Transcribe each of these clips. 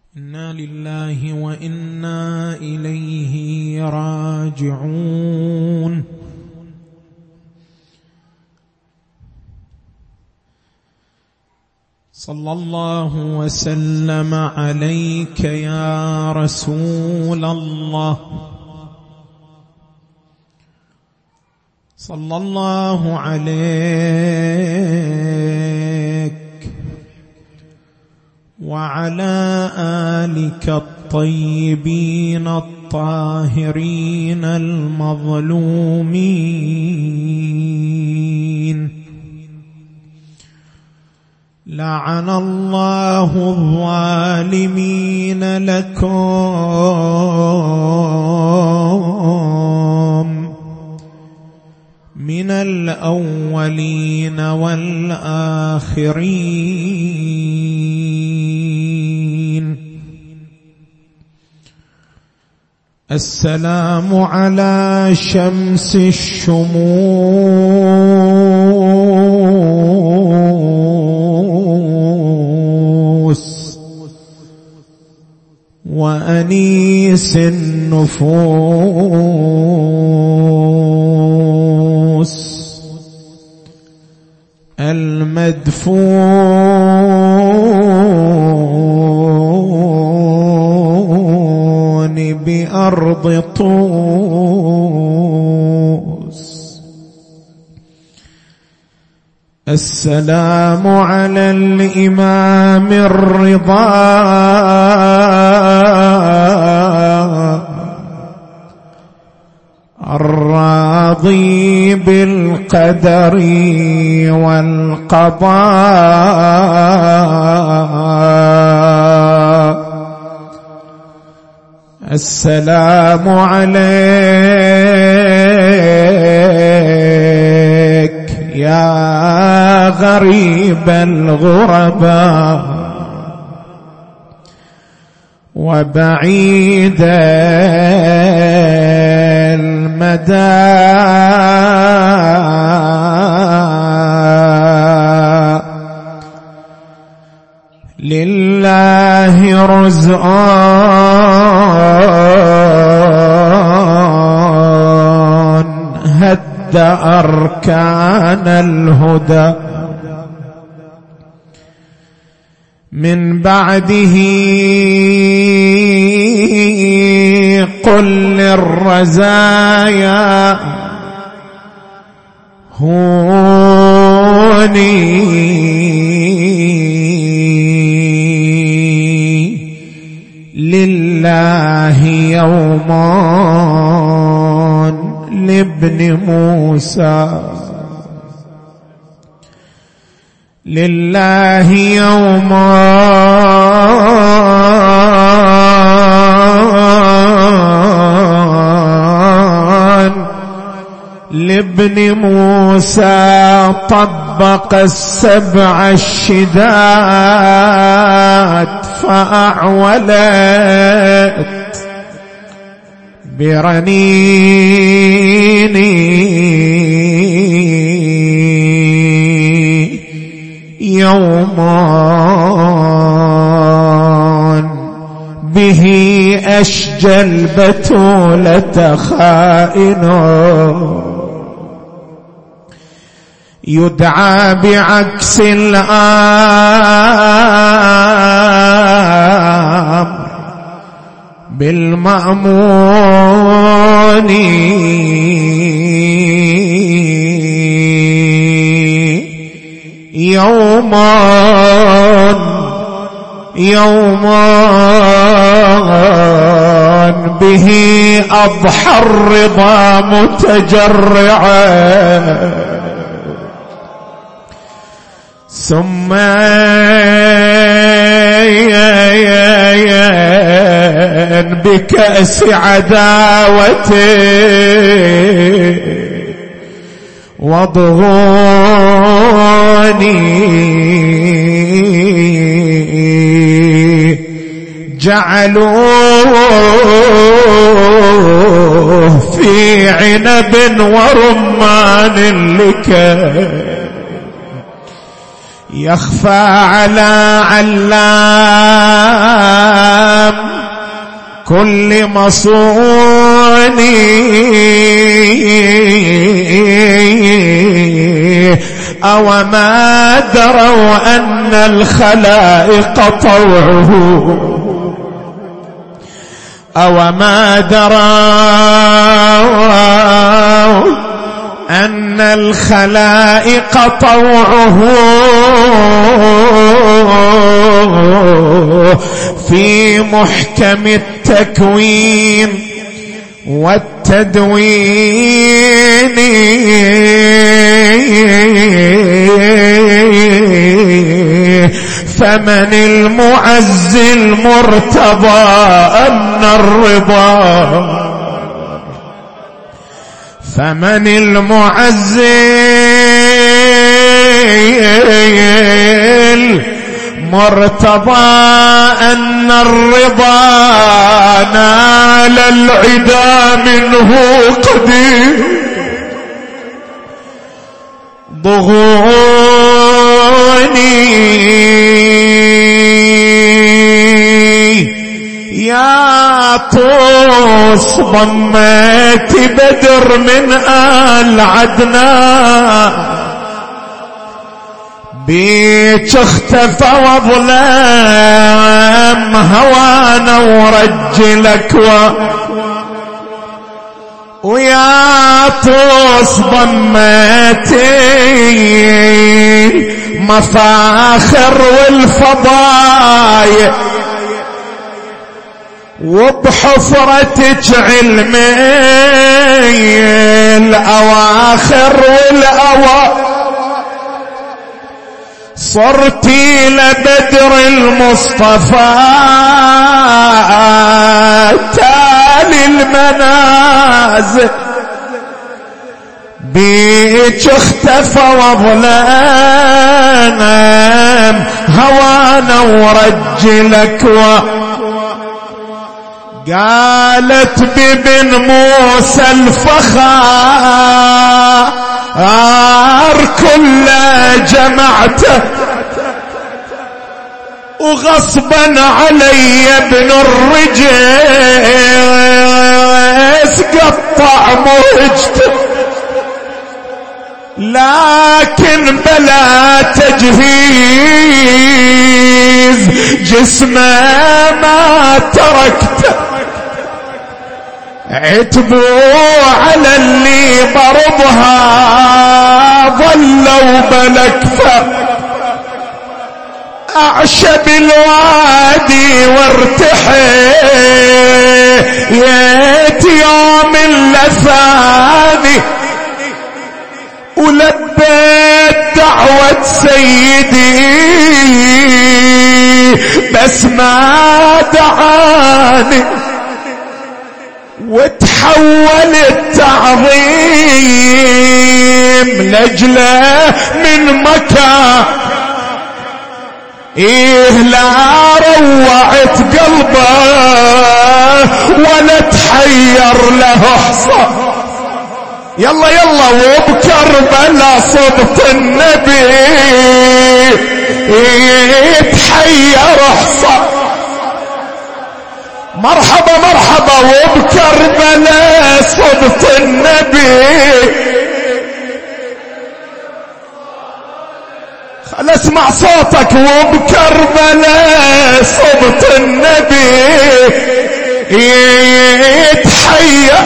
إنا لله وإنا إليه راجعون. صلى الله وسلم عليك يا رسول الله، صلى الله عليك وعلى آلك الطيبين الطاهرين المظلومين. لعن الله الظالمين لكم من الأولين والآخرين. السلام على شمس الشموس وأنيس النفوس المدفون بأرض طوس. السلام على الإمام الرضا الراضي بالقدر والقضاء. السلام عليك يا غريب الغرباء وبعيد المدى، لله رزقان هد أركان الهدى، من بعده قل للرزايا هوني لله يومان لابن موسى، لله يومان لابن موسى، طبق السبع الشداد فأعولت برنيني يومان به أشجى البتولة خائن، يدعى بعكس الأمر بالمأمون، يومان به أضحى الرضا متجرعا، ثم بكأس عداوته وضغوني، جعلوه في عنب ورمان لكي يخفى على علام كل مصوني أو ما دروا أن الخلائق طوعه أو ما دروا أن الخلائق طوعه في محكم التكوين والتدوين فمن المعز المرتضى أن الرضا فمن المعز المرتضى أن الرضا نال العدا منه قدير ضغوني يا طوس ضميت بدر من آل عدنان بيك اختفى وظلام هوانا ورجلك ويا طوس ضميتي مفاخر والفضايا وبحفرتك علمي الأواخر والأواخر صرتي لبدر المصطفى تالي المنازل بيك اختفى وظلام هوانا ورجلك قالت بابن موسى الفخار كله جمعته وغصبا علي ابن الرجيس قطع موجته لكن بلا تجهيز جسمه ما تركته عتبوا على اللي ضربها ظلوا بلكفة أعشب الوادي وارتحيت يوم اللثاني ولبيت دعوة سيدي بس ما دعاني وتحول التعظيم لجله من مكان لا روعت قلبه ولا تحير له حصى يلا يلا وبكربلاء صبت النبي يتحير حصى مرحبا مرحبا وبكربلاء صبت النبي خل اسمع صوتك وبكربلاء صبت النبي يتحير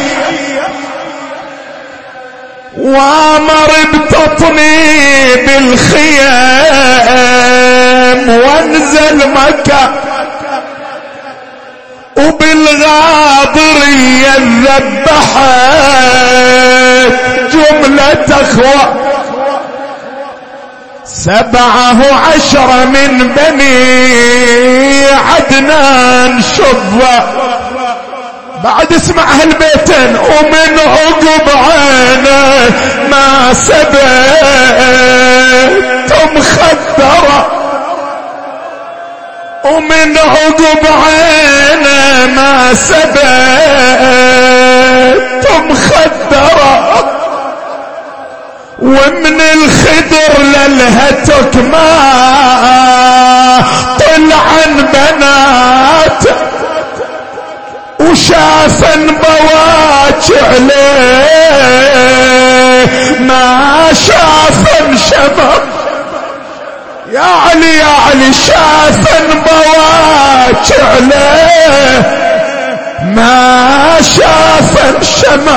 وامر بتطنيب الخيام وانزل مكة وبالغاضرية ذبحت جملة اخوة 17 من بني عدنان شظة بعد اسمع هالبيتين ومن عقب عينه ما سبت مخدرة ومن عقب عينه ما سبت مخدرة ومن الخدر للهتك ما طلع عن بنات شافا بواجع عليه ما شافا شباب يا علي يا علي شافا بواجع عليه ما شافا شمع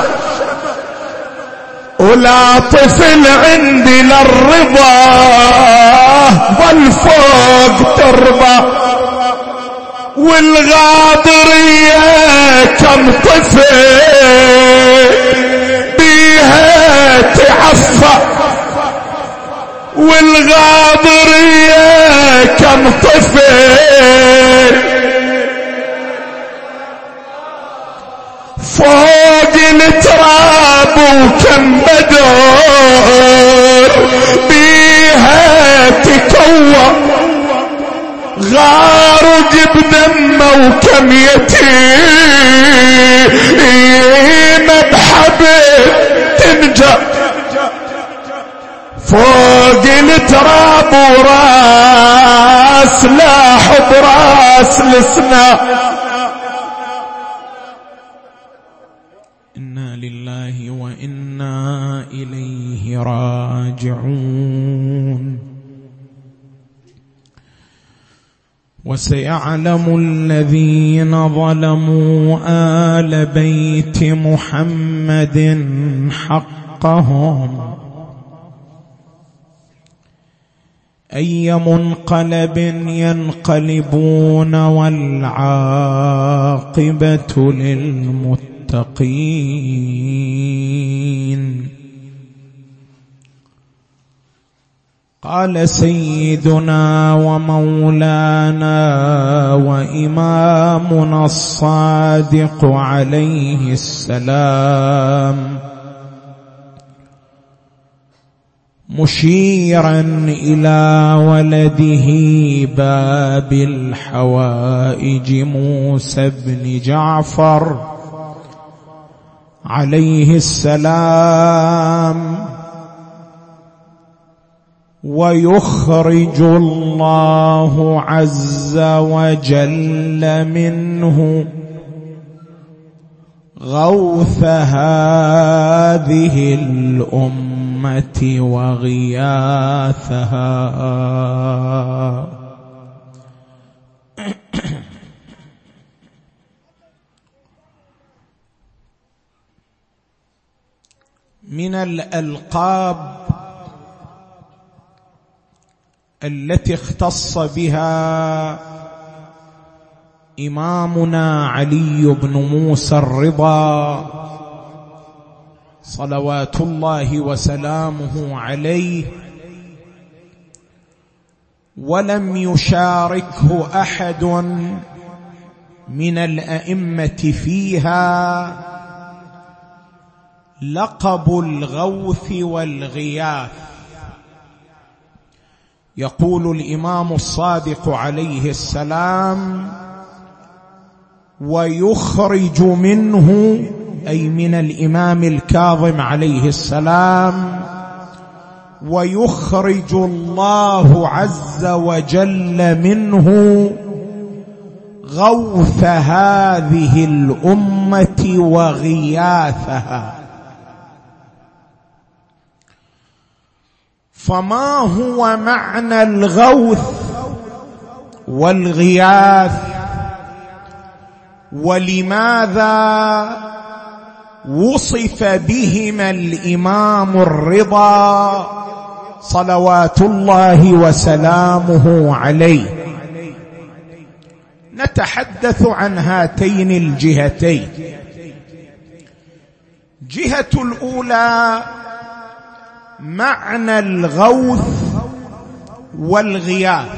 ولا طفل عندي للرضا ظل فوق تربة والغاضرية كم طفل بيها تعفى والغاضرية كم طفل فوق التراب وكم بدور بيها تكوى غارق بدمه وكم يتيم بحبل تنجى فوق التراب وراس لاح براس لسنا. إنا لله وإنا إليه راجعون. وسيعلم الذين ظلموا آل بيت محمد حقهم أي منقلب ينقلبون والعاقبة للمتقين. قال سيدنا ومولانا وإمامنا الصادق عليه السلام مشيرا إلى ولده باب الحوائج موسى بن جعفر عليه السلام ويخرج الله عز وجل منه غوث هذه الأمة وغياثها. من الألقاب التي اختص بها إمامنا علي بن موسى الرضا صلوات الله وسلامه عليه ولم يشاركه أحد من الأئمة فيها لقب الغوث والغياث. يقول الإمام الصادق عليه السلام ويخرج منه أي من الإمام الكاظم عليه السلام ويخرج الله عز وجل منه غوث هذه الأمة وغياثها. فما هو معنى الغوث والغياث ولماذا وصف بهما الإمام الرضا صلوات الله وسلامه عليه؟ نتحدث عن هاتين الجهتين. جهة الأولى معنى الغوث والغياث.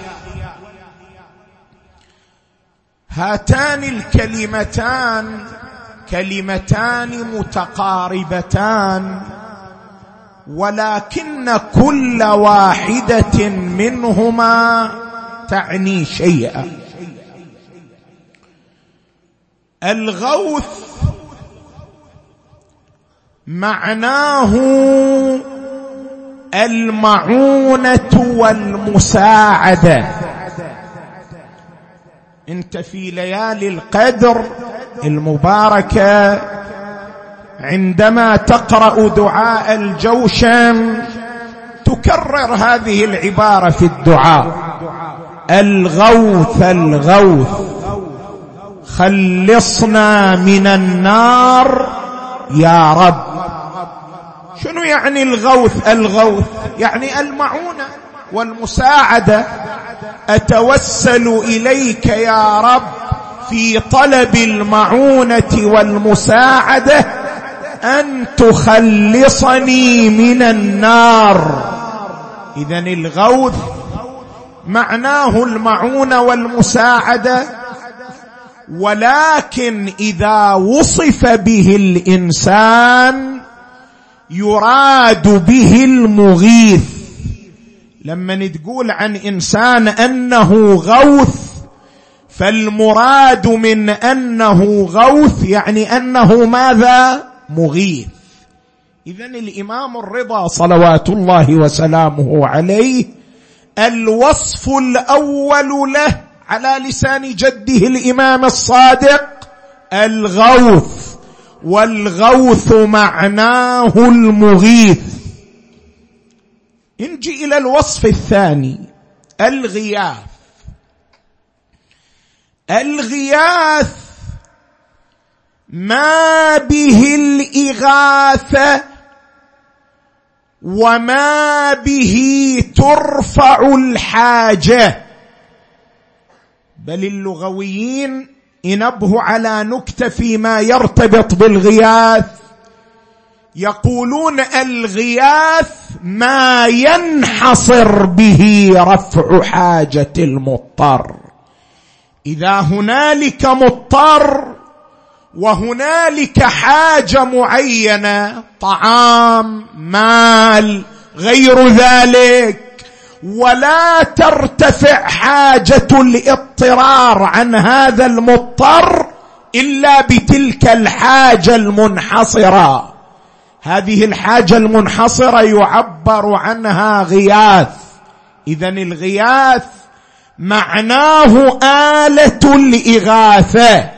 هاتان الكلمتان كلمتان متقاربتان ولكن كل واحدة منهما تعني شيئا. الغوث معناه المعونة والمساعدة. انت في ليالي القدر المباركة عندما تقرأ دعاء الجوشن تكرر هذه العبارة في الدعاء: الغوث الغوث خلصنا من النار يا رب. شنو يعني الغوث؟ الغوث يعني المعونة والمساعدة. أتوسل إليك يا رب في طلب المعونة والمساعدة أن تخلصني من النار. إذن الغوث معناه المعونة والمساعدة، ولكن إذا وصف به الإنسان يراد به المغيث. لما تقول عن إنسان أنه غوث فالمراد من أنه غوث يعني أنه ماذا؟ مغيث. إذن الإمام الرضا صلوات الله وسلامه عليه الوصف الأول له على لسان جده الإمام الصادق الغوث، والغوث معناه المغيث. نجي إلى الوصف الثاني الغياث. الغياث ما به الإغاثة وما به ترفع الحاجة. بل اللغويين ينبهوا على نكتة فيما يرتبط بالغياث، يقولون الغياث ما ينحصر به رفع حاجة المضطر. إذا هنالك مضطر وهنالك حاجة معينة، طعام، مال، غير ذلك، ولا ترتفع حاجة الاضطرار عن هذا المضطر إلا بتلك الحاجة المنحصرة، هذه الحاجة المنحصرة يعبر عنها غياث. إذن الغياث معناه آلة الإغاثة.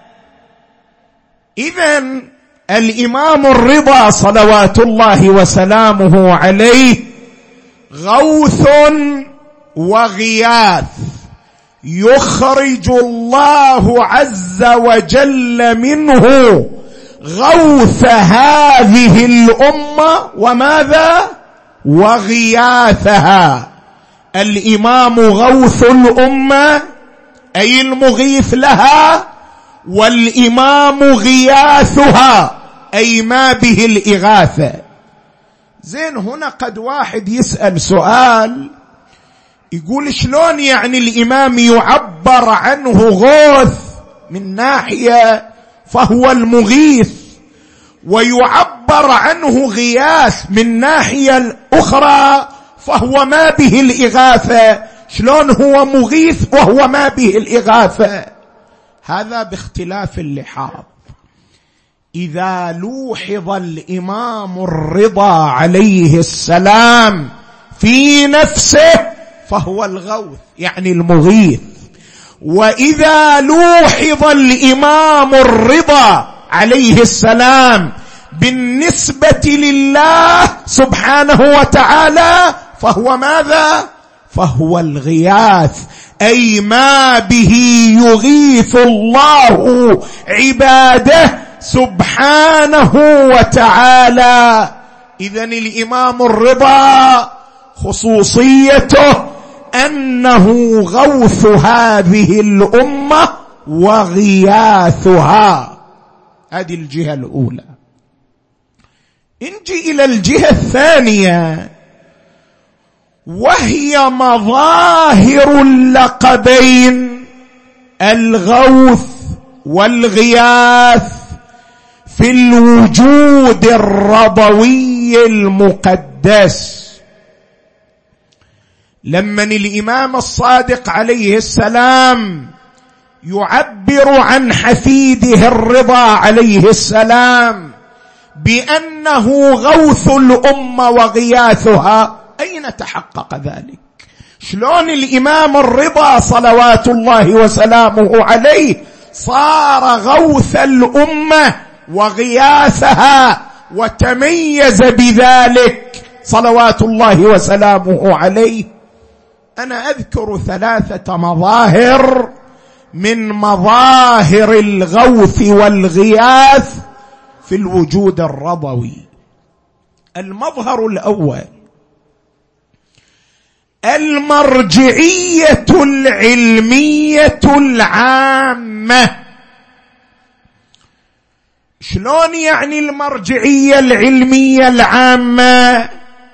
إذن الإمام الرضا صلوات الله وسلامه عليه غوث وغياث، يخرج الله عز وجل منه غوث هذه الأمة وماذا؟ وغياثها. الإمام غوث الأمة أي المغيث لها، والإمام غياثها أي ما به الإغاثة. زين، هنا قد واحد يسأل سؤال يقول شلون يعني الإمام يعبر عنه غوث من ناحية فهو المغيث، ويعبر عنه غياث من ناحية الأخرى فهو ما به الإغاثة؟ شلون هو مغيث وهو ما به الإغاثة؟ هذا باختلاف اللحاظ. إذا لوحظ الإمام الرضا عليه السلام في نفسه فهو الغوث يعني المغيث، وإذا لوحظ الإمام الرضا عليه السلام بالنسبة لله سبحانه وتعالى فهو ماذا؟ فهو الغياث، أي ما به يغيث الله عباده سبحانه وتعالى. إذن الإمام الرضا خصوصيته أنه غوث هذه الأمة وغياثها. هذه الجهة الأولى. نجي إلى الجهة الثانية وهي مظاهر اللقبين الغوث والغياث في الوجود الربوي المقدس. لمن الإمام الصادق عليه السلام يعبر عن حفيده الرضا عليه السلام بأنه غوث الأمة وغياثها، أين تحقق ذلك؟ شلون الإمام الرضا صلوات الله وسلامه عليه صار غوث الأمة وغياثها، وتميز بذلك صلوات الله وسلامه عليه. أنا أذكر 3 مظاهر من مظاهر الغوث والغياث في الوجود الرضوي. المظهر الأول المرجعية العلمية العامة. شلون يعني المرجعية العلمية العامة؟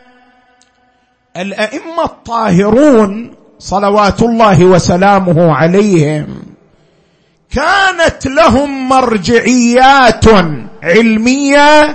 الأئمة الطاهرون صلوات الله وسلامه عليهم كانت لهم مرجعيات علمية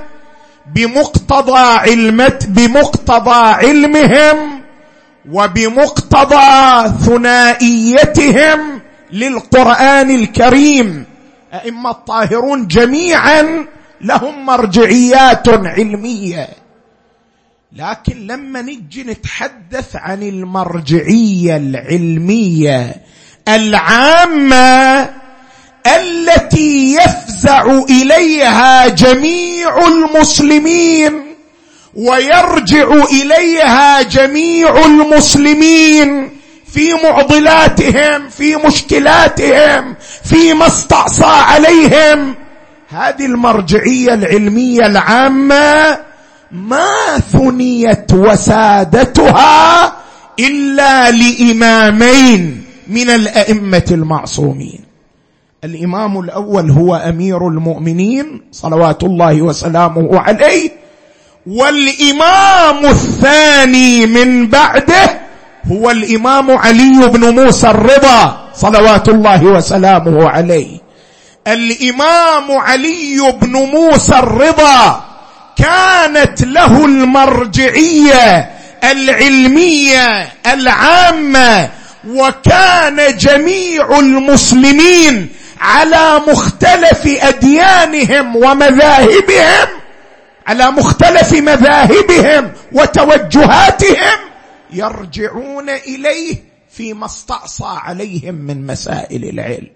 بمقتضى علمهم وبمقتضى ثنائيتهم للقرآن الكريم. أئمة الطاهرون جميعا لهم مرجعيات علمية، لكن لما نجي نتحدث عن المرجعية العلمية العامة التي يفزع إليها جميع المسلمين ويرجع إليها جميع المسلمين في معضلاتهم، في مشكلاتهم، فيما استعصى عليهم، هذه المرجعية العلمية العامة ما ثنيت وسادتها إلا لإمامين من الأئمة المعصومين. الإمام الأول هو أمير المؤمنين صلوات الله وسلامه عليه، والإمام الثاني من بعده هو الإمام علي بن موسى الرضا صلوات الله وسلامه عليه. الإمام علي بن موسى الرضا كانت له المرجعية العلمية العامة، وكان جميع المسلمين على مختلف أديانهم ومذاهبهم، على مختلف مذاهبهم وتوجهاتهم، يرجعون إليه فيما استعصى عليهم من مسائل العلم.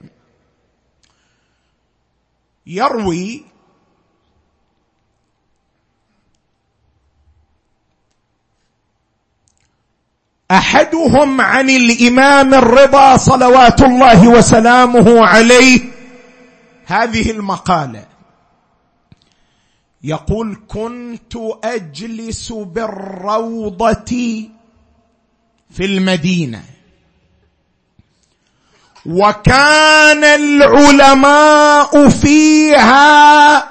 يروي أحدهم عن الإمام الرضا صلوات الله وسلامه عليه هذه المقالة، يقول: كنت أجلس بالروضة في المدينة، وكان العلماء فيها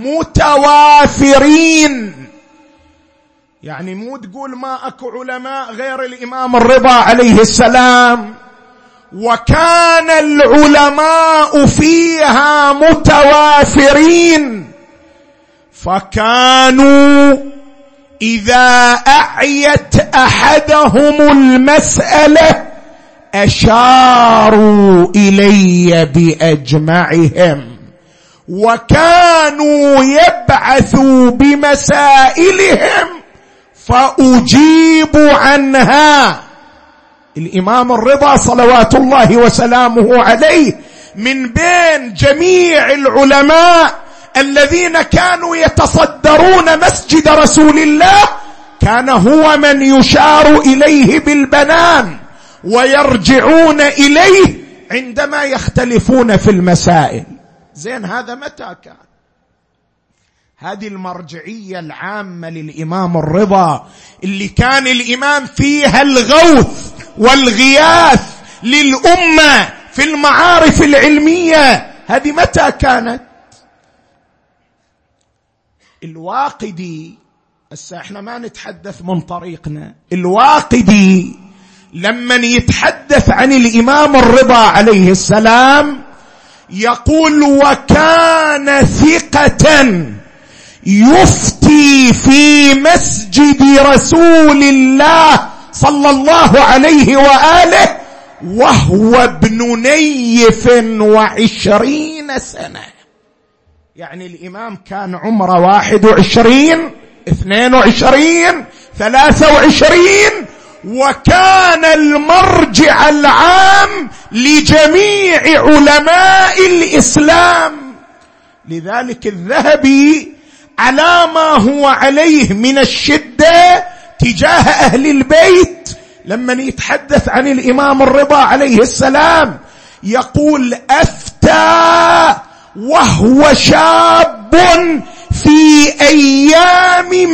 متوافرين. يعني مو تقول ما أكو علماء غير الإمام الرضا عليه السلام، وكان العلماء فيها متوافرين، فكانوا إذا أعيت أحدهم المسألة أشاروا إلي بأجمعهم، وكانوا يبعثوا بمسائلهم فأجيب عنها. الإمام الرضا صلوات الله وسلامه عليه من بين جميع العلماء الذين كانوا يتصدرون مسجد رسول الله كان هو من يشار إليه بالبنان ويرجعون إليه عندما يختلفون في المسائل. زين، هذا متى كان؟ هذه المرجعية العامة للإمام الرضا اللي كان الإمام فيها الغوث والغياث للأمة في المعارف العلمية، هذه متى كانت؟ الواقدي، هسه احنا ما نتحدث من طريقنا، الواقدي لما يتحدث عن الإمام الرضا عليه السلام يقول: وكان ثقة يفتي في مسجد رسول الله صلى الله عليه وآله وهو ابن 20 سنة. يعني الإمام كان عمره 21 22 23 وكان المرجع العام لجميع علماء الإسلام. لذلك الذهبي على ما هو عليه من الشدة تجاه أهل البيت لما يتحدث عن الإمام الرضا عليه السلام يقول: أفتى وهو شاب في أيام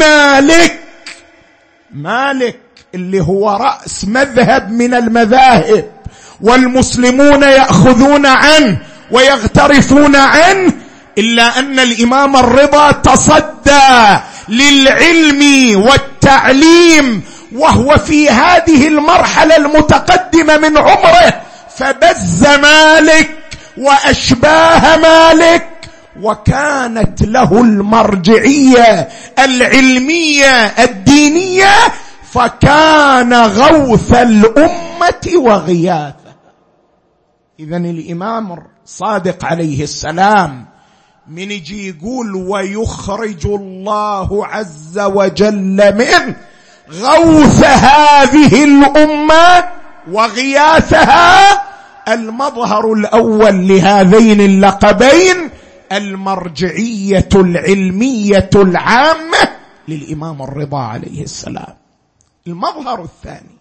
مالك اللي هو رأس مذهب من المذاهب، والمسلمون يأخذون عنه ويغترفون عنه، إلا أن الإمام الرضا تصدى للعلم والتعليم وهو في هذه المرحلة المتقدمة من عمره، فبز مالك وأشباه مالك، وكانت له المرجعية العلمية الدينية، فكان غوث الأمة وغياثها. إذن الإمام الصادق عليه السلام من يجي يقول: ويخرج الله عز وجل من غوث هذه الأمة وغياثها، المظهر الأول لهذين اللقبين المرجعية العلمية العامة للإمام الرضا عليه السلام. المظهر الثاني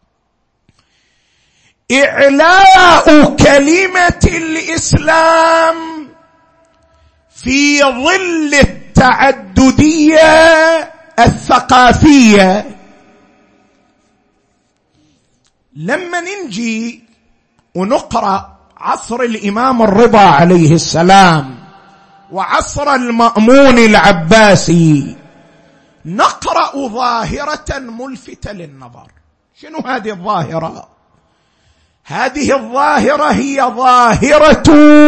إعلاء كلمة الإسلام في ظل التعددية الثقافية. لما ننجي ونقرأ عصر الإمام الرضا عليه السلام وعصر المأمون العباسي نقرأ ظاهرة ملفتة للنظر. شنو هذه الظاهرة؟ هذه الظاهرة هي ظاهرة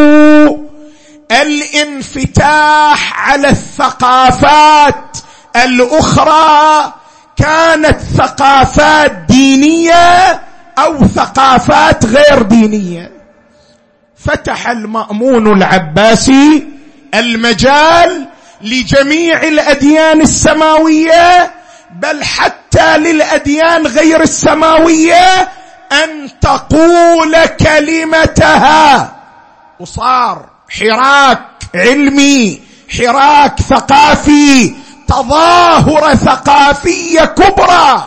الانفتاح على الثقافات الأخرى، كانت ثقافات دينية أو ثقافات غير دينية. فتح المأمون العباسي المجال لجميع الأديان السماوية، بل حتى للأديان غير السماوية، أن تقول كلمتها، وصار حراك علمي، حراك ثقافي، تظاهرة ثقافية كبرى.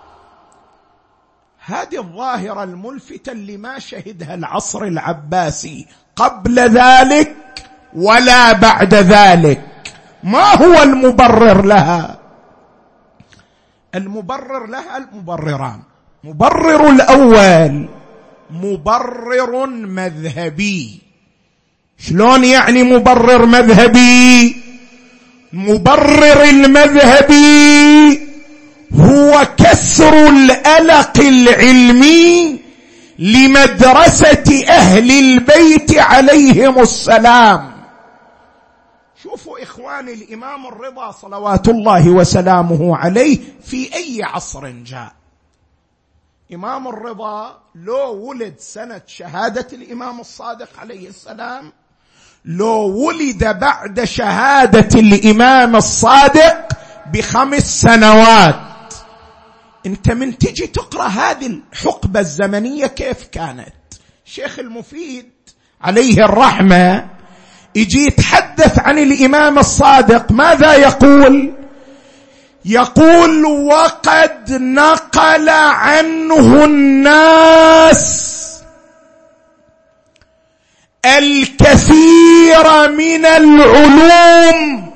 هذه الظاهرة الملفتة اللي ما شهدها العصر العباسي قبل ذلك ولا بعد ذلك. ما هو المبرر لها؟ المبرر لها المبرران. مبرر الأول مبرر مذهبي. شلون يعني مبرر مذهبي؟ المبرر المذهبي هو كسر الألق العلمي لمدرسة أهل البيت عليهم السلام. شوفوا إخواني، الإمام الرضا صلوات الله وسلامه عليه في أي عصر جاء. إمام الرضا لو ولد سنة شهادة الإمام الصادق عليه السلام، لو ولد بعد شهادة الإمام الصادق ب5 سنوات، انت من تجي تقرأ هذه الحقبة الزمنية كيف كانت. شيخ المفيد عليه الرحمة يجي يتحدث عن الإمام الصادق، ماذا يقول؟ يقول: وقد نقل عنه الناس الكثير من العلوم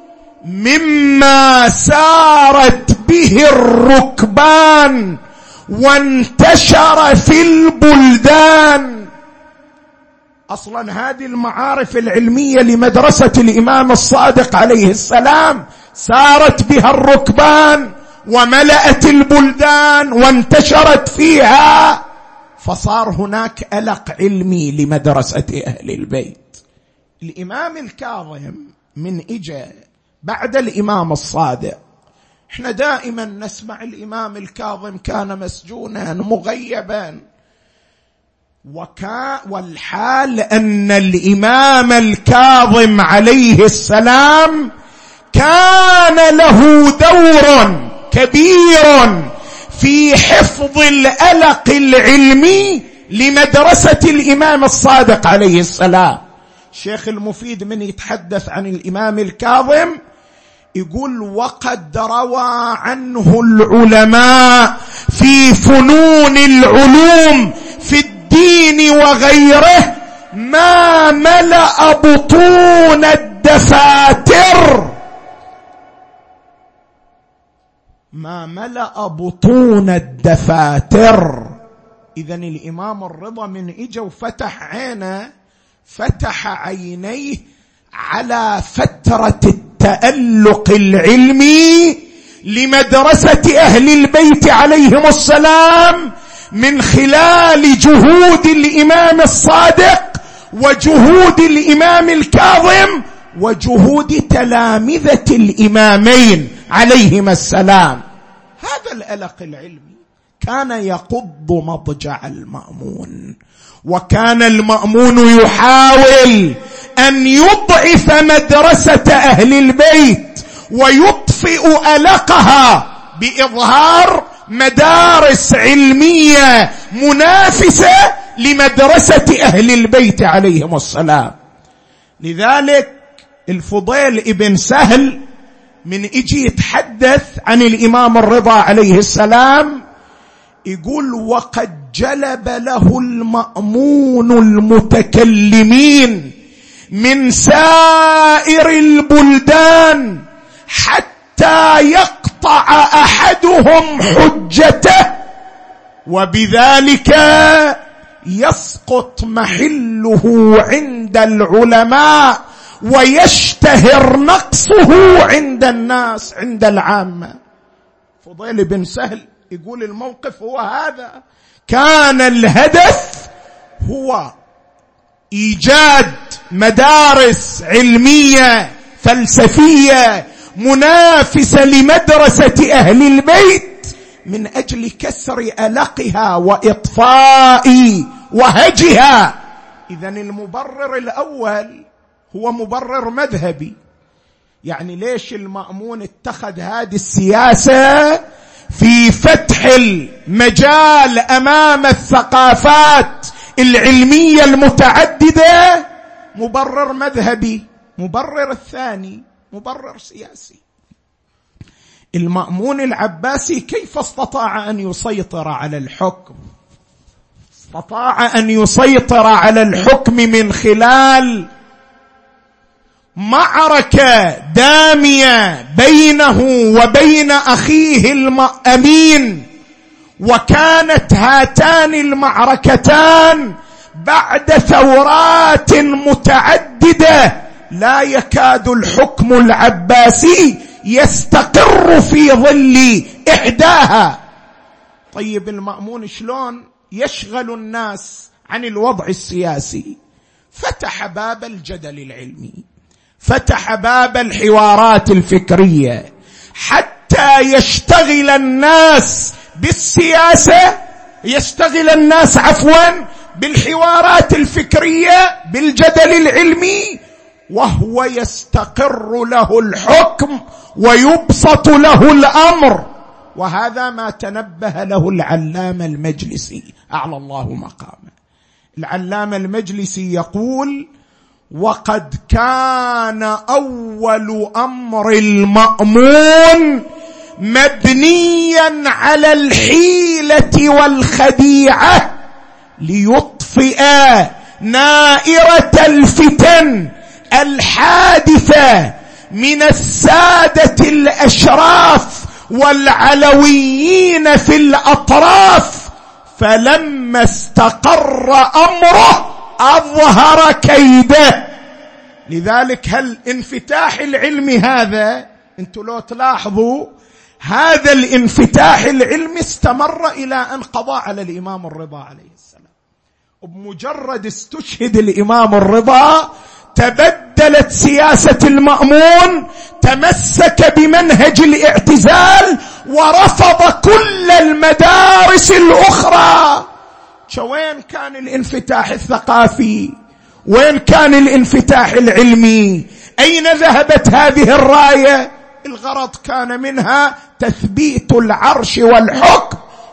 مما سارت به الركبان وانتشر في البلدان. أصلا هذه المعارف العلمية لمدرسة الإمام الصادق عليه السلام سارت بها الركبان وملأت البلدان وانتشرت فيها، فصار هناك ألق علمي لمدرسة أهل البيت. الإمام الكاظم من إجا بعد الإمام الصادق، احنا دائما نسمع الإمام الكاظم كان مسجونا مغيبا، والحال أن الإمام الكاظم عليه السلام كان له دور كبير في حفظ الألق العلمي لمدرسة الإمام الصادق عليه السلام. الشيخ المفيد من يتحدث عن الإمام الكاظم يقول: وقد روى عنه العلماء في فنون العلوم في الدين وغيره ما ملأ بطون الدفاتر، ما ملأ بطون الدفاتر. إذن الإمام الرضا من إجا وفتح عينه، فتح عينيه على فترة التألق العلمي لمدرسة أهل البيت عليهم السلام من خلال جهود الإمام الصادق وجهود الإمام الكاظم وجهود تلامذة الإمامين عليهما السلام. هذا الألق العلمي كان يقض مضجع المأمون، وكان المأمون يحاول أن يضعف مدرسة أهل البيت ويطفئ ألقها بإظهار مدارس علمية منافسة لمدرسة أهل البيت عليهم السلام. لذلك الفضيل ابن سهل من اجي يتحدث عن الإمام الرضا عليه السلام يقول: وقد جلب له المأمون المتكلمين من سائر البلدان حتى يقطع أحدهم حجته، وبذلك يسقط محله عند العلماء ويشتهر نقصه عند الناس، عند العامة. فضيل بن سهل يقول الموقف هو هذا: كان الهدف هو إيجاد مدارس علمية فلسفية منافسة لمدرسة أهل البيت من أجل كسر ألقها وإطفاء وهجها. إذن المبرر الأول هو مبرر مذهبي. يعني ليش المأمون اتخذ هذه السياسة في فتح المجال أمام الثقافات العلمية المتعددة؟ مبرر مذهبي. مبرر الثاني مبرر سياسي. المأمون العباسي كيف استطاع أن يسيطر على الحكم؟ استطاع أن يسيطر على الحكم من خلال معركة دامية بينه وبين أخيه الأمين، وكانت هاتان المعركتان بعد ثورات متعددة لا يكاد الحكم العباسي يستقر في ظل إحداها. طيب المأمون شلون يشغل الناس عن الوضع السياسي؟ فتح باب الجدل العلمي، فتح باب الحوارات الفكرية حتى يشتغل الناس بالسياسة، يشتغل الناس بالحوارات الفكرية بالجدل العلمي، وهو يستقر له الحكم ويبسط له الأمر. وهذا ما تنبه له العلامة المجلسي أعلى الله مقامه. العلامة المجلسي يقول: وقد كان أول أمر المأمون مبنيا على الحيلة والخديعة ليطفئ نائرة الفتن الحادثة من السادة الأشراف والعلويين في الأطراف. فلما استقر أمره أظهر كيده. لذلك الانفتاح العلمي هذا، انتوا لو تلاحظوا هذا الانفتاح العلمي استمر إلى أن قضى على الإمام الرضا عليه السلام. وبمجرد استشهد الإمام الرضا تبدلت سياسة المأمون، تمسك بمنهج الاعتزال ورفض كل المدارس الأخرى. وين كان الانفتاح الثقافي؟ وين كان الانفتاح العلمي؟ أين ذهبت هذه الراية؟ الغرض كان منها تثبيت العرش والحكم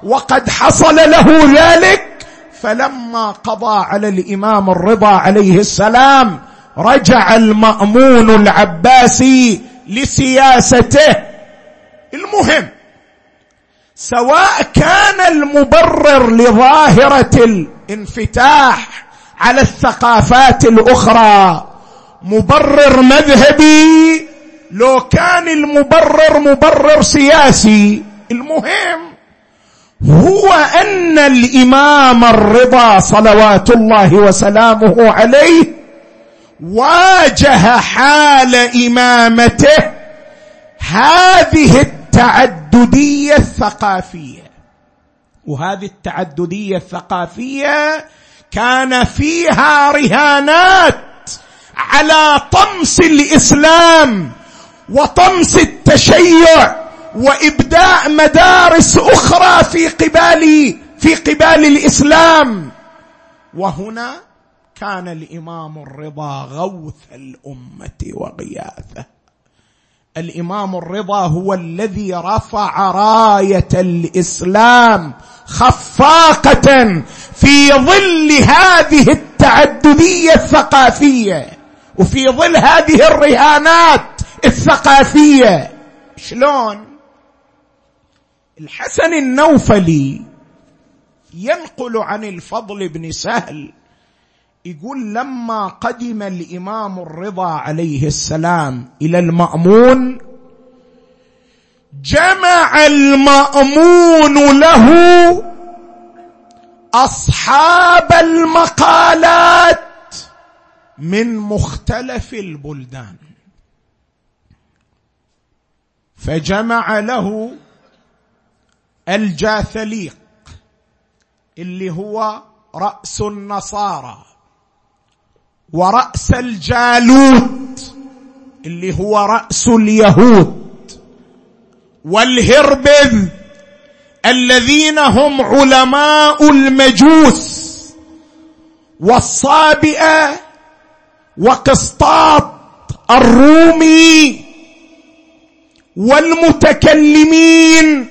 وقد حصل له ذلك. فلما قضى على الإمام الرضا عليه السلام رجع المأمون العباسي لسياسته. المهم، سواء كان المبرر لظاهرة الانفتاح على الثقافات الأخرى مبرر مذهبي، لو كان المبرر مبرر سياسي، المهم هو أن الإمام الرضا صلوات الله وسلامه عليه واجه حال إمامته هذه التعددية الثقافية. وهذه التعددية الثقافية كان فيها رهانات على طمس الإسلام وطمس التشيع وإبداء مدارس أخرى في قبال الإسلام. وهنا كان الإمام الرضا غوث الأمة وغياثه. الإمام الرضا هو الذي رفع راية الإسلام خفاقة في ظل هذه التعددية الثقافية وفي ظل هذه الرهانات الثقافية. شلون؟ الحسن النوفلي ينقل عن الفضل بن سهل يقول لما قدم الإمام الرضا عليه السلام إلى المأمون جمع المأمون له أصحاب المقالات من مختلف البلدان، فجمع له الجاثليق اللي هو رأس النصارى، ورأس الجالوت اللي هو رأس اليهود، والهربذ الذين هم علماء المجوس، والصابئة وقسطاط الرومي، والمتكلمين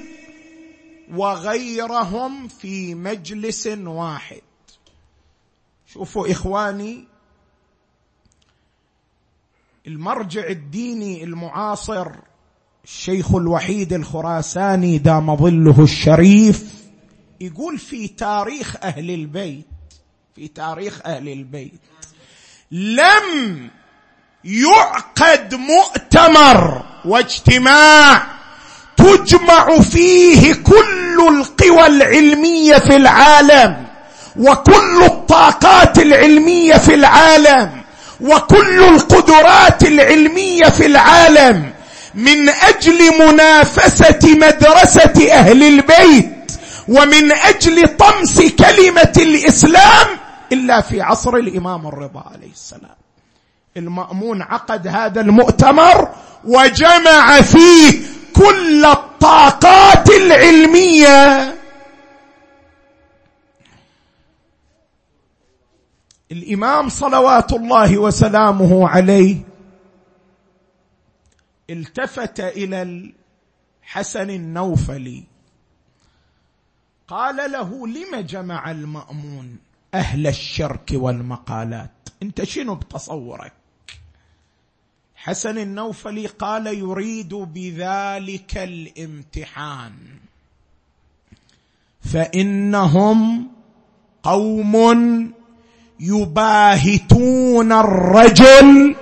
وغيرهم في مجلس واحد. شوفوا إخواني، المرجع الديني المعاصر الشيخ الوحيد الخراساني دام ظله الشريف يقول في تاريخ أهل البيت لم يعقد مؤتمر واجتماع تجمع فيه كل القوى العلمية في العالم وكل الطاقات العلمية في العالم وكل القدرات العلمية في العالم من أجل منافسة مدرسة أهل البيت ومن أجل طمس كلمة الإسلام إلا في عصر الإمام الرضا عليه السلام. المأمون عقد هذا المؤتمر وجمع فيه كل الطاقات العلمية. الإمام صلوات الله وسلامه عليه التفت إلى الحسن النوفلي قال له: لم جمع المأمون أهل الشرك والمقالات؟ أنت شنو بتصورك؟ حسن النوفلي قال: يريد بذلك الامتحان، فإنهم قوم يباهتون الرجل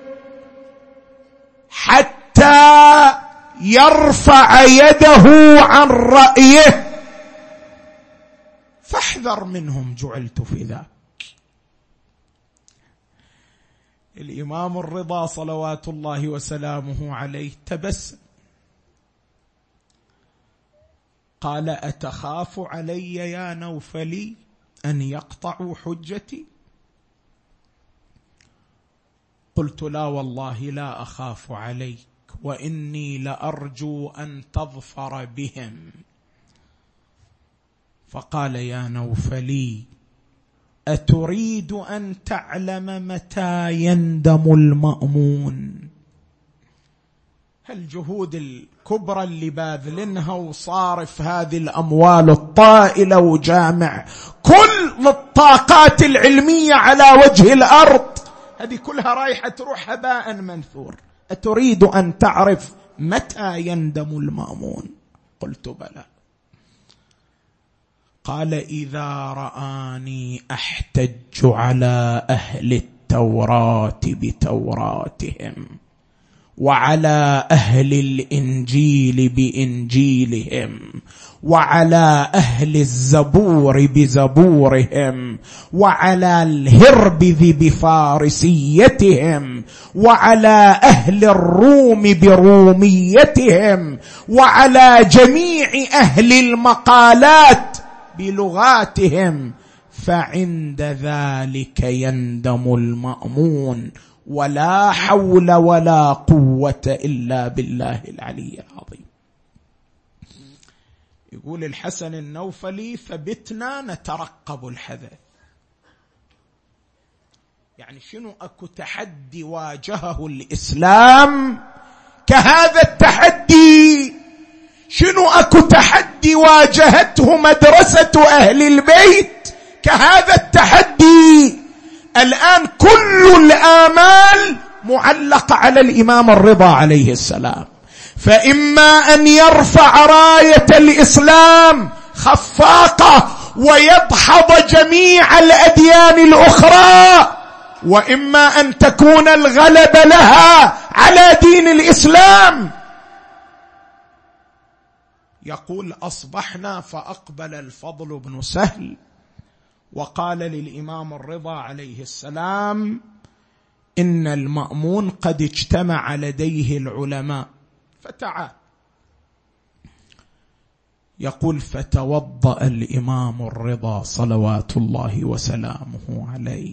حتى يرفع يده عن رأيه، فاحذر منهم جعلت في ذاك. الإمام الرضا صلوات الله وسلامه عليه تبسم قال: أتخاف علي يا نوفلي أن يقطعوا حجتي؟ قلت: لا والله لا أخاف عليك، وإني لأرجو أن تظفر بهم. فقال: يا نوفلي، أتريد أن تعلم متى يندم المأمون؟ الجهود الكبرى اللي باذلنها وصارف هذه الأموال الطائلة وجامع كل الطاقات العلمية على وجه الأرض، هذه كلها رايحة تروح هباء منثور. أتريد أن تعرف متى يندم المأمون؟ قلت بلى. قال إذا رآني أحتج على أهل التوراة بتوراتهم وعلى أهل الإنجيل بإنجيلهم وعلى أهل الزبور بزبورهم وعلى الهربذ بفارسيتهم وعلى أهل الروم بروميتهم وعلى جميع أهل المقالات بلغاتهم، فعند ذلك يندم المأمون، ولا حول ولا قوة إلا بالله العلي العظيم. يقول الحسن النوفلي: فبتنا نترقب الحدث. يعني شنو أكو تحدي واجهه الإسلام كهذا التحدي؟ شنو أكو تحدي واجهته مدرسة أهل البيت كهذا التحدي؟ الآن كل الآمال معلقة على الإمام الرضا عليه السلام، فإما أن يرفع راية الإسلام خفاقة ويدحض جميع الأديان الأخرى، وإما أن تكون الغلبة لها على دين الإسلام. يقول: أصبحنا فأقبل الفضل بن سهل وقال للإمام الرضا عليه السلام: إن المأمون قد اجتمع لديه العلماء فتعال. يقول: فتوضأ الإمام الرضا صلوات الله وسلامه عليه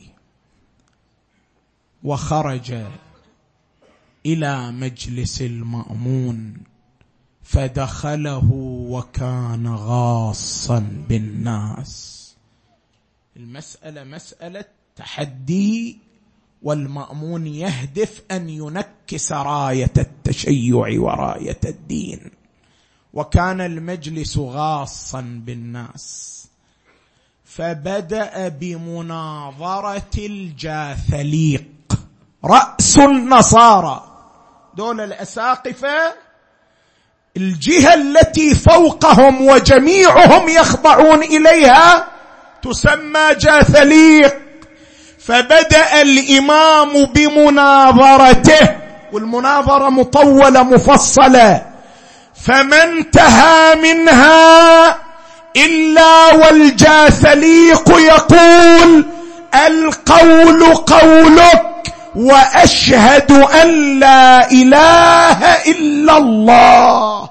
وخرج إلى مجلس المأمون فدخله وكان غاصا بالناس. المسألة مسألة تحدي، والمأمون يهدف أن ينكس راية التشيع وراية الدين، وكان المجلس غاصا بالناس. فبدأ بمناظرة الجاثليق، رأس النصارى، دول الأساقفة، الجهة التي فوقهم وجميعهم يخضعون إليها تسمى جاثليق. فبدأ الإمام بمناظرته، والمناظرة مطولة مفصلة، فما انتهى منها إلا والجاثليق يقول: القول قولك وأشهد أن لا إله إلا الله.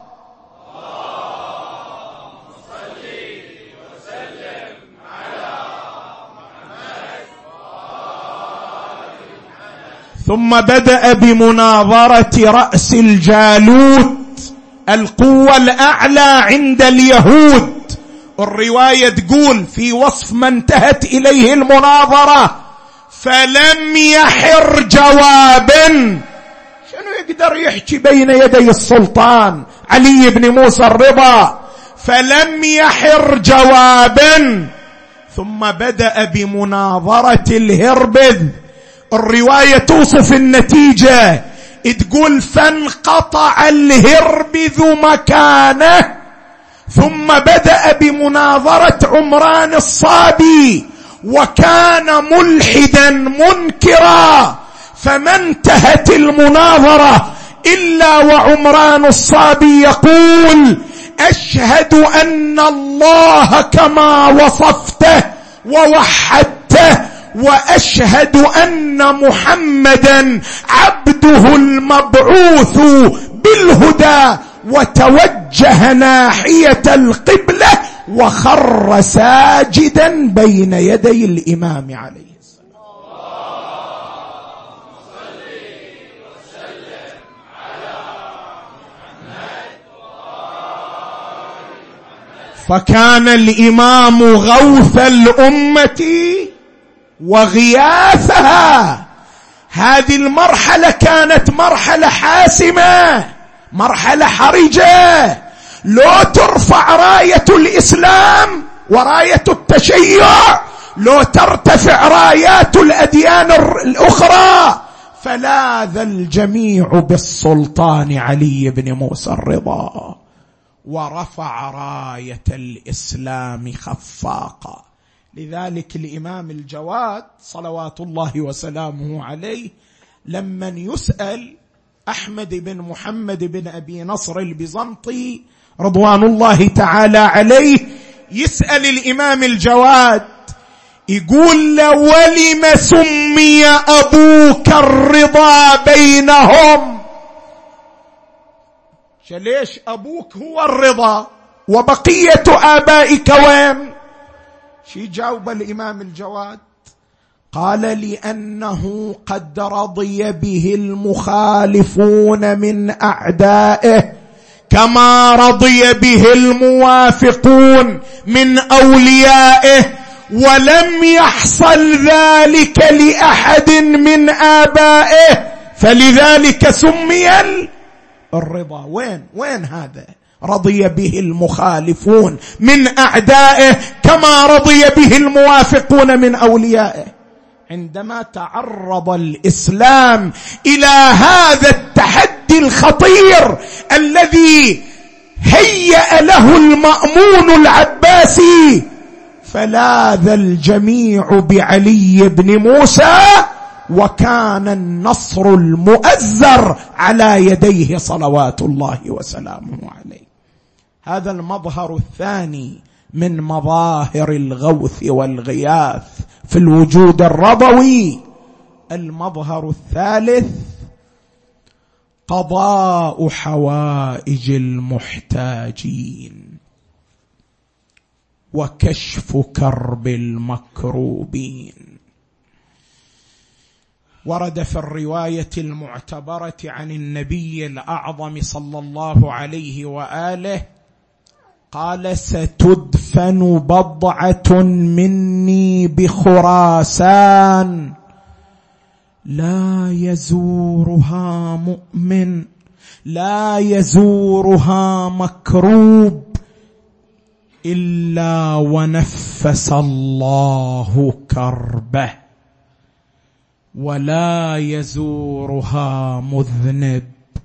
ثم بدأ بمناظرة رأس الجالوت، القوة الأعلى عند اليهود. الرواية تقول في وصف ما انتهت إليه المناظرة: فلم يحر جوابا. شنو يقدر يحكي بين يدي السلطان علي بن موسى الرضا؟ فلم يحر جوابا. ثم بدأ بمناظرة الهربذ. الرواية توصف النتيجة، تقول: فانقطع الهربذ مكانه. ثم بدأ بمناظرة عمران الصابي، وكان ملحدا منكرا، فما انتهت المناظرة إلا وعمران الصابي يقول: أشهد أن الله كما وصفته ووحدته، وأشهد أن محمدا عبده المبعوث بالهدى. وتوجه ناحية القبلة وخر ساجدا بين يدي الإمام عليه السلام. فكان الإمام غوث الأمة وغياثها. هذه المرحلة كانت مرحلة حاسمة، مرحلة حرجة. لو ترفع راية الإسلام وراية التشيع، لو ترتفع رايات الأديان الأخرى، فلاذ الجميع بالسلطان علي بن موسى الرضا، ورفع راية الإسلام خفاقا. لذلك الإمام الجواد صلوات الله وسلامه عليه لمن يسأل أحمد بن محمد بن أبي نصر البيزنطي رضوان الله تعالى عليه، يسأل الإمام الجواد يقول له: ولم سمي أبوك الرضا بينهم؟ ليش أبوك هو الرضا وبقية آبائك وين؟ شي جاوب الإمام الجواد؟ قال: لأنه قد رضي به المخالفون من أعدائه كما رضي به الموافقون من أوليائه، ولم يحصل ذلك لأحد من آبائه، فلذلك سمي الرضا. وين هذا؟ رضي به المخالفون من أعدائه كما رضي به الموافقون من أوليائه. عندما تعرض الإسلام إلى هذا التحدي الخطير الذي هيأ له المأمون العباسي، فلاذ الجميع بعلي بن موسى، وكان النصر المؤزر على يديه صلوات الله وسلامه عليه. هذا المظهر الثاني من مظاهر الغوث والغياث في الوجود الرضوي. المظهر الثالث: قضاء حوائج المحتاجين وكشف كرب المكروبين. ورد في الرواية المعتبرة عن النبي الأعظم صلى الله عليه وآله قال: ستدفن بضعة مني بخراسان لا يزورها مؤمن، لا يزورها مكروب إلا ونفس الله كربه، ولا يزورها مذنب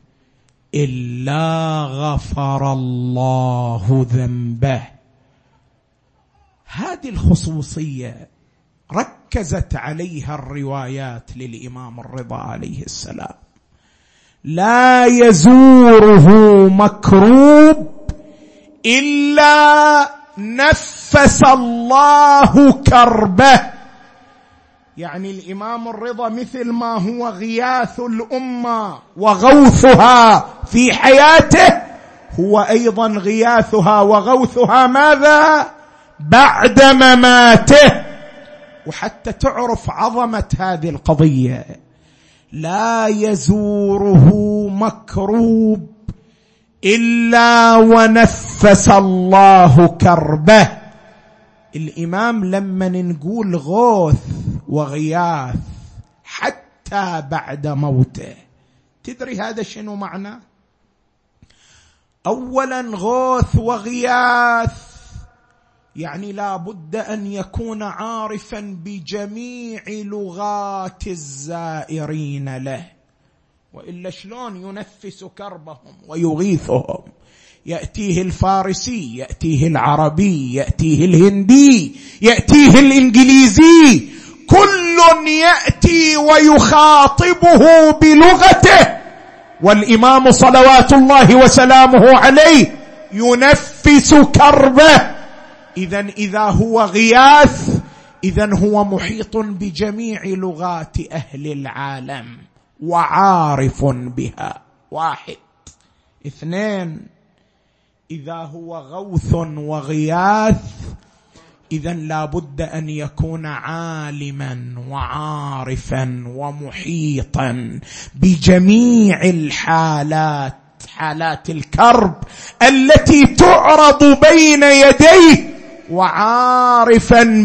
إلا غفر الله ذنبه. هذه الخصوصية ركزت عليها الروايات للإمام الرضا عليه السلام. لا يزوره مكروب إلا نفس الله كربه. يعني الإمام الرضا مثل ما هو غياث الأمة وغوثها في حياته، هو أيضا غياثها وغوثها ماذا؟ بعد مماته. وحتى تعرف عظمة هذه القضية: لا يزوره مكروب إلا ونفس الله كربه. الإمام لما نقول غوث وغياث حتى بعد موته، تدري هذا شنو معنى؟ أولا غوث وغياث يعني لا بد أن يكون عارفا بجميع لغات الزائرين له، وإلا شلون ينفس كربهم ويغيثهم؟ يأتيه الفارسي، يأتيه العربي، يأتيه الهندي، يأتيه الإنجليزي، كل يأتي ويخاطبه بلغته، والإمام صلوات الله وسلامه عليه ينفس كربه. إذا هو غياث، إذن هو محيط بجميع لغات أهل العالم وعارف بها. واحد. اثنين، إذا هو غوث وغياث إذن لا بد أن يكون عالما وعارفا ومحيطا بجميع الحالات، حالات الكرب التي تعرض بين يديه، وعارفا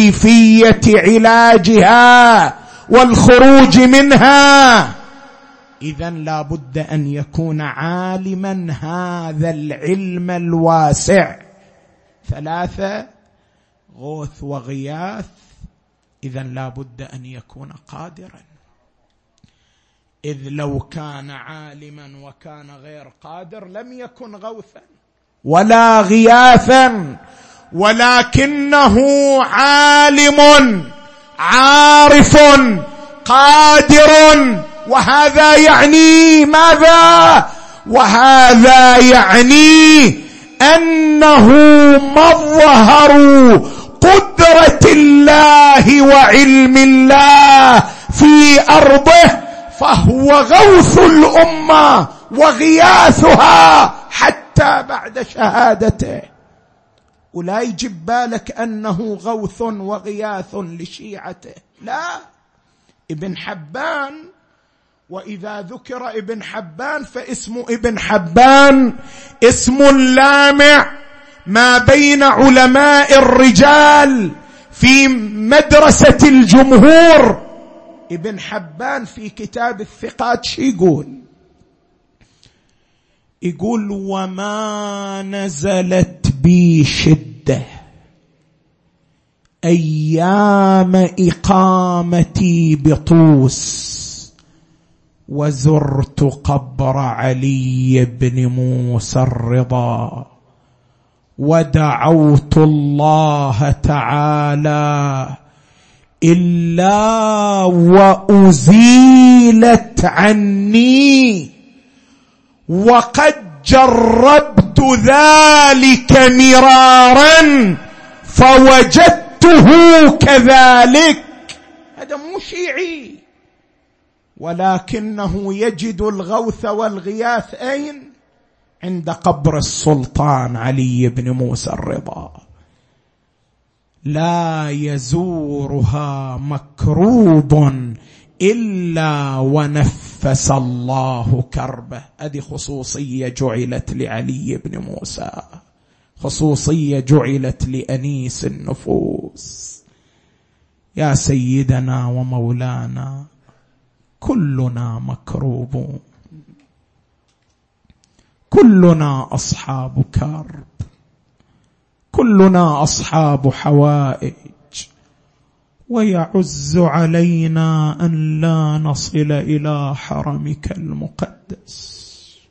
بكيفية علاجها والخروج منها. إذن لا بد أن يكون عالما هذا العلم الواسع. 3 غوث وغياث، إذن لا بد أن يكون قادرا، إذ لو كان عالما وكان غير قادر لم يكن غوثا ولا غياثا، ولكنه عالم عارف قادر. وهذا يعني ماذا؟ وهذا يعني أنه مظهر قدرة الله وعلم الله في أرضه، فهو غوث الأمة وغياثها حتى بعد شهادته. ولا يجب بالك أنه غوث وغياث لشيعته، لا. ابن حبان، وإذا ذكر ابن حبان فاسم ابن حبان اسم لامع ما بين علماء الرجال في مدرسة الجمهور. ابن حبان في كتاب الثقات شو يقول وما نزلت بي شدة أيام إقامتي بطوس وزرت قبر علي بن موسى الرضا ودعوت الله تعالى إلا وأزيلت عني، وقد جربت ذلك مرارا فوجدته كذلك. هذا مو شيعي، ولكنه يجد الغوث والغياث أين؟ عند قبر السلطان علي بن موسى الرضا. لا يزورها مكروب إلا ونفس الله كربه. هذه خصوصية جعلت لعلي بن موسى، خصوصية جعلت لأنيس النفوس. يا سيدنا ومولانا كلنا مكروبون، كلنا أصحاب كرب، كلنا أصحاب حوائج، ويعز علينا أن لا نصل إلى حرمك المقدس،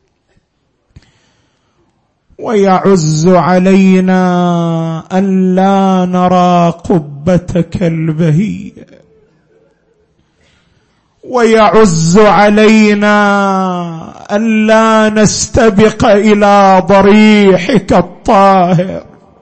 ويعز علينا أن لا نرى قبتك البهية، ويعز علينا أن لا نستبق إلى ضريحك الطاهر،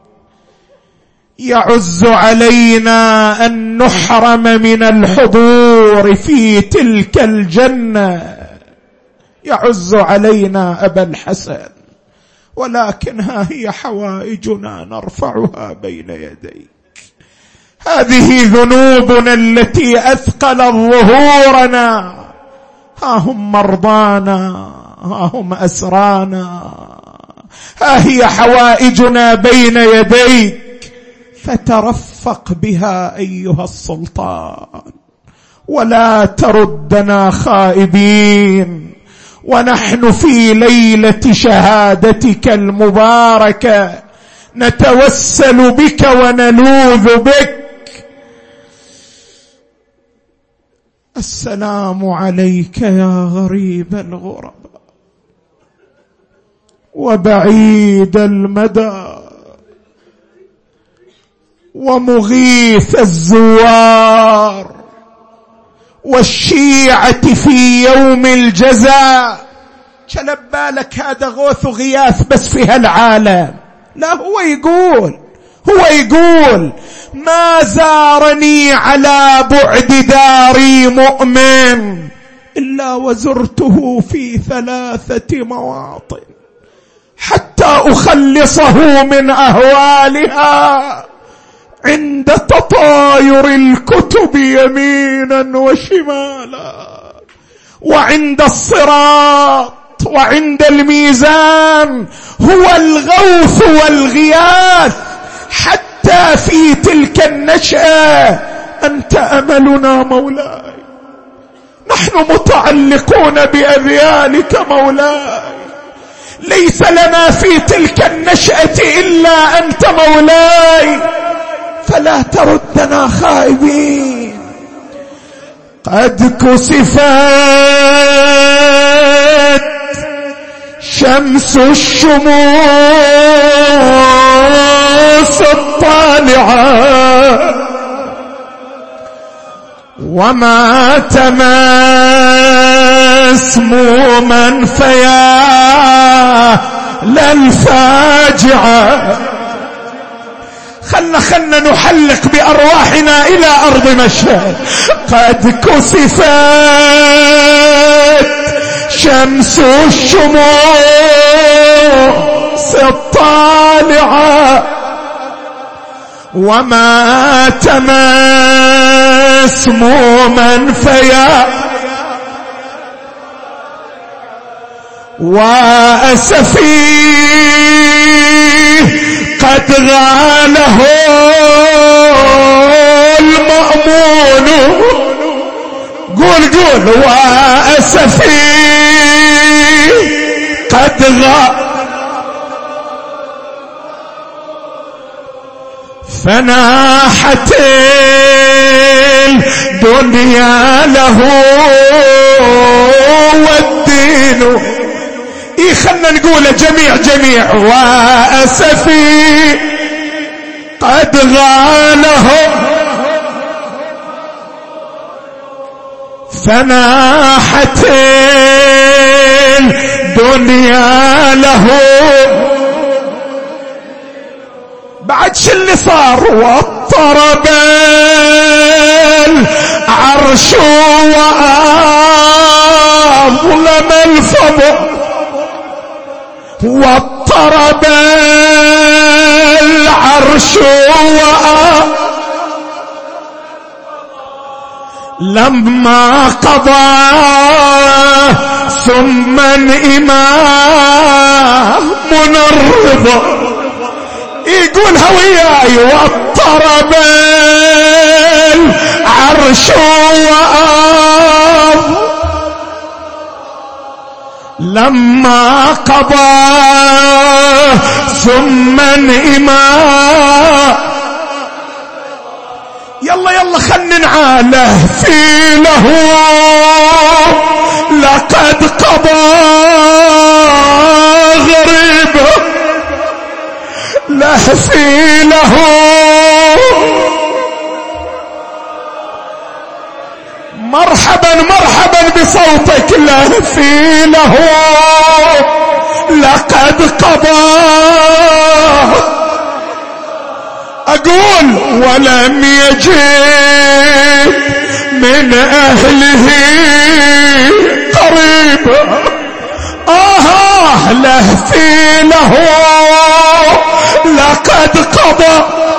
يعز علينا أن نحرم من الحضور في تلك الجنة، يعز علينا أبا الحسن. ولكن ها هي حوائجنا نرفعها بين يديك. هذه ذنوبنا التي أثقلت ظهورنا، ها هم مرضانا، ها هم أسرانا، ها هي حوائجنا بين يديك، فترفق بها أيها السلطان، ولا تردنا خائبين، ونحن في ليلة شهادتك المباركة نتوسل بك ونلوذ بك. السلام عليك يا غريب الغرباء وبعيد المدى ومغيث الزوار والشيعة في يوم الجزاء. شلب بالك هذا غوث غياث بس في هالعالم، لا هو يقول ما زارني على بعد داري مؤمن إلا وزرته في 3 مواطن حتى أخلصه من أهوالها عند تطاير الكتب يمينا وشمالا، وعند الصراط، وعند الميزان. هو الغوث والغياث حتى في تلك النشأة. أنت أملنا مولاي، نحن متعلقون بأذيالك مولاي، ليس لنا في تلك النشأة إلا أنت مولاي، فلا تردنا خائبين. قد كسفت شمس الشموس الطالعة وما مسموما فيا للفاجعة. خلنا نحلق بأرواحنا إلى أرض مشهد. قد كسفت شمس الشموس الطالعة وما مسموما فيا وأسفي قد غاله المأمون. قول وأسفي قد فناحت الدنيا له والدين. خلنا نقول جميع وأسفي قد غاله فناحت الدنيا له. بعد شو اللي صار؟ واضطرب العرش وأظلم الفضل واضطرب العرش لما قضى ثم إمام الرضا. يقولها وياي واضطرب العرش لما قضى ثم إمام. يلا خلنا نعاله في له لقد قضى غريب لهفي له مرحبا بصوتك لهفي له لقد قضى. أقول ولم يجد من أهله قريب لهفي له لقد قضى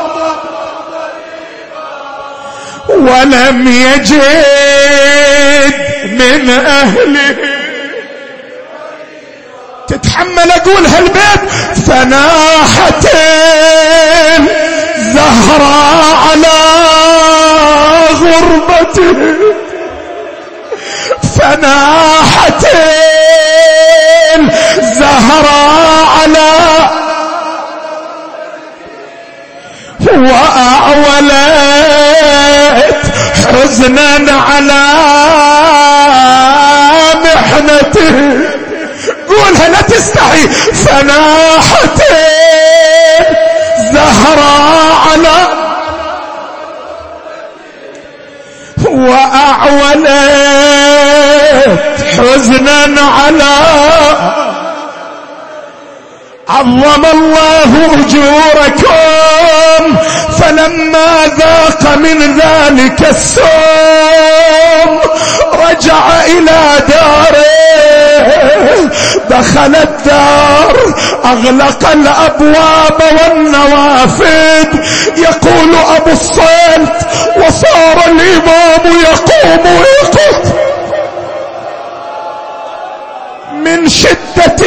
ولم يجد من أهله. تتحمل أقول هالبيت. فناحت الزهراء على غربته فناحت الزهراء على وأعولت حزنا على محنته. قولها لا تستحي. فناحت الزهراء على وأعولت حزنا على. عظم الله أجوركم فلما ذاق من ذلك السوم رجع إلى داره. دخل الدار أغلق الأبواب والنوافذ. يقول أبو الصلت وصار الإمام يقوم ويقف من شدة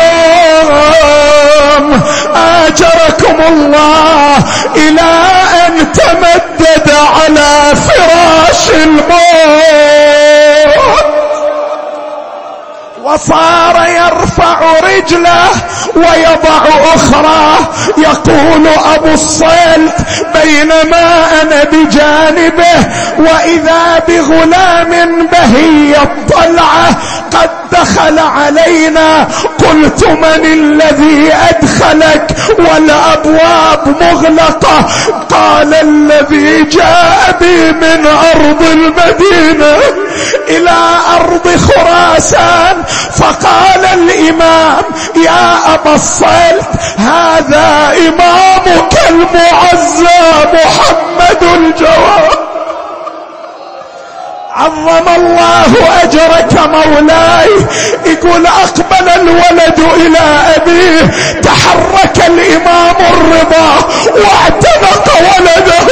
السوم. آجركم الله إلى أن تمدد على فراش الموت فصار يرفع رجله ويضع أخرى. يقول أبو الصلت بينما أنا بجانبه وإذا بغلام بهي الطلعة قد دخل علينا. قلت من الذي أدخلك والأبواب مغلقة؟ قال الذي جاء بي من أرض المدينة إلى أرض خراسان. فقال الإمام يا أبا الصلت هذا إمامك المعزى محمد الجواد عظم الله أجرك مولاي. يقول أقبل الولد إلى أبيه تحرك الإمام الرضا واعتنق ولده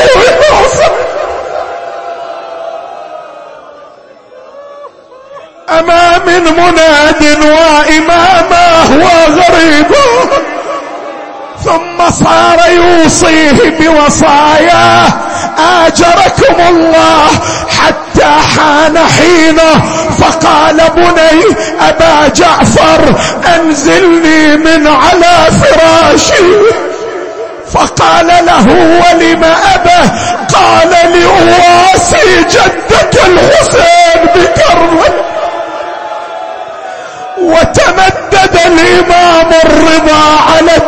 أما من مناد وإمامه وغريبه. ثم صار يوصيه بوصاياه آجركم الله حتى حان حينه. فقال بني أبا جعفر أنزلني من على فراشي. فقال له ولم أبه؟ قال لأواسي جدك الحسين بكربلاء. وتمدد الإمام الرضا على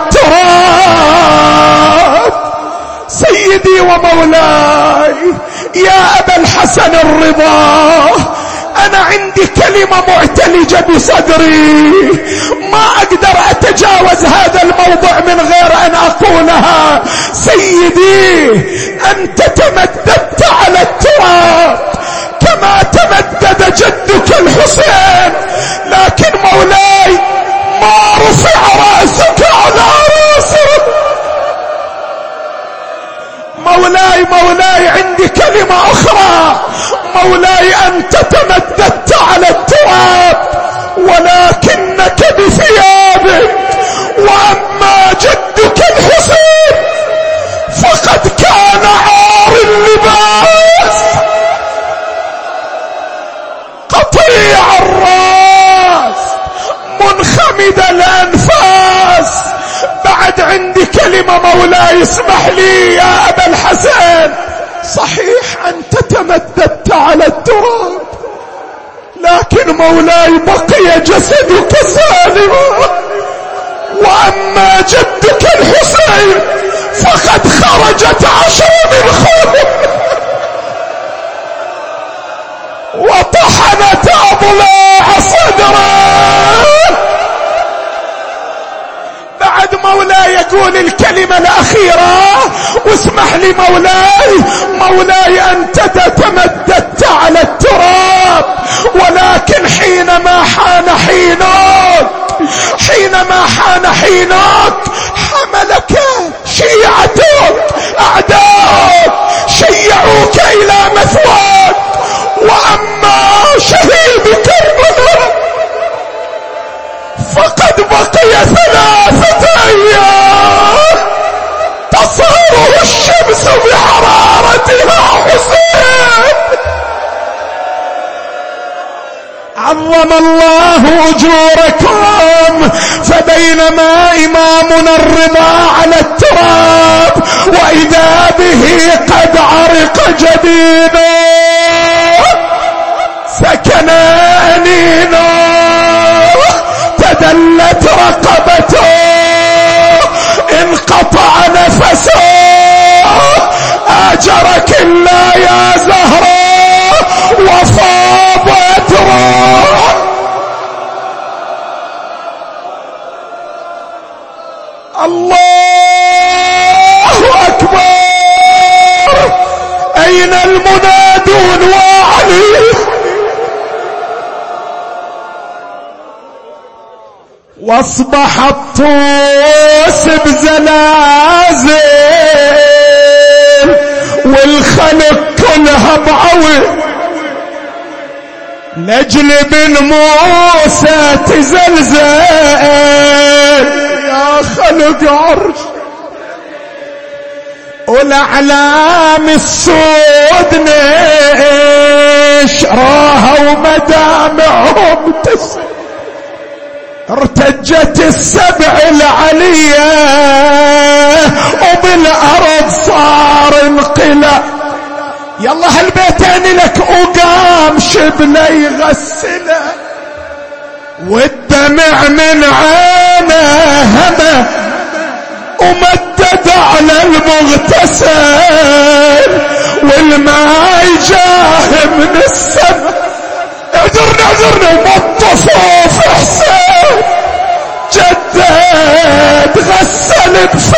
التراب. سيدي ومولاي يا أبا الحسن الرضا أنا عندي كلمة معتلجة بصدري ما أقدر أتجاوز هذا الموضوع من غير أن أقولها. سيدي أنت تمددت على التراب كما تمدد جدك الحسين لكن مولاي ما رفع رأسك على رأسه. مولاي عندي كلمة أخرى. مولاي أنت تمددت على التراب ولكنك بثيابك. وأما جدك الحسين فقد كان عار اللباس قطيع الرأس منخمد الأنفاس. بعد عندي كلمة مولاي اسمح لي يا أبا الحسن. صحيح أنت تمددت على التراب لكن مولاي بقي جسدك سالما. وأما جدك الحسين فقد خرجت 10 من خلقه وطحنت أضلاع صدره. بعد مولاي يقول الكلمة الأخيرة واسمح لي مولاي أنت تمددت على التراب ولكن حينما حان حينك حملك شيعتك أعداءك شيعوك إلى مثواك. وأما شهيد كربلاء فقد بقي 3 أيام تصهره الشمس بحرارتها حسين. عظم الله أجوركم. فبينما إمامنا الرضا على التراب وإذا به قد عرق جبينه سكن أنينه تدلت رقبته انقطع نفسه. آجرك الله يا زهراء وفاضت روح. الله أكبر. أين المنادون وعلي؟ واصبح الطوس بزلازل والخلق كلها بعوي. نجل بن موسى تزلزل يا خلق عرش. والأعلام السود نشراها ومدامعهم تسل. ارتجت السبع العلية وبالأرض صار انقلاب. يلا هالبيتين لك، وقام شبله يغسله والدمع من عينه همه ومدد على المغتسل والماء جاه من السماء. اعذرني مطفوف حسين جدد غسل بفم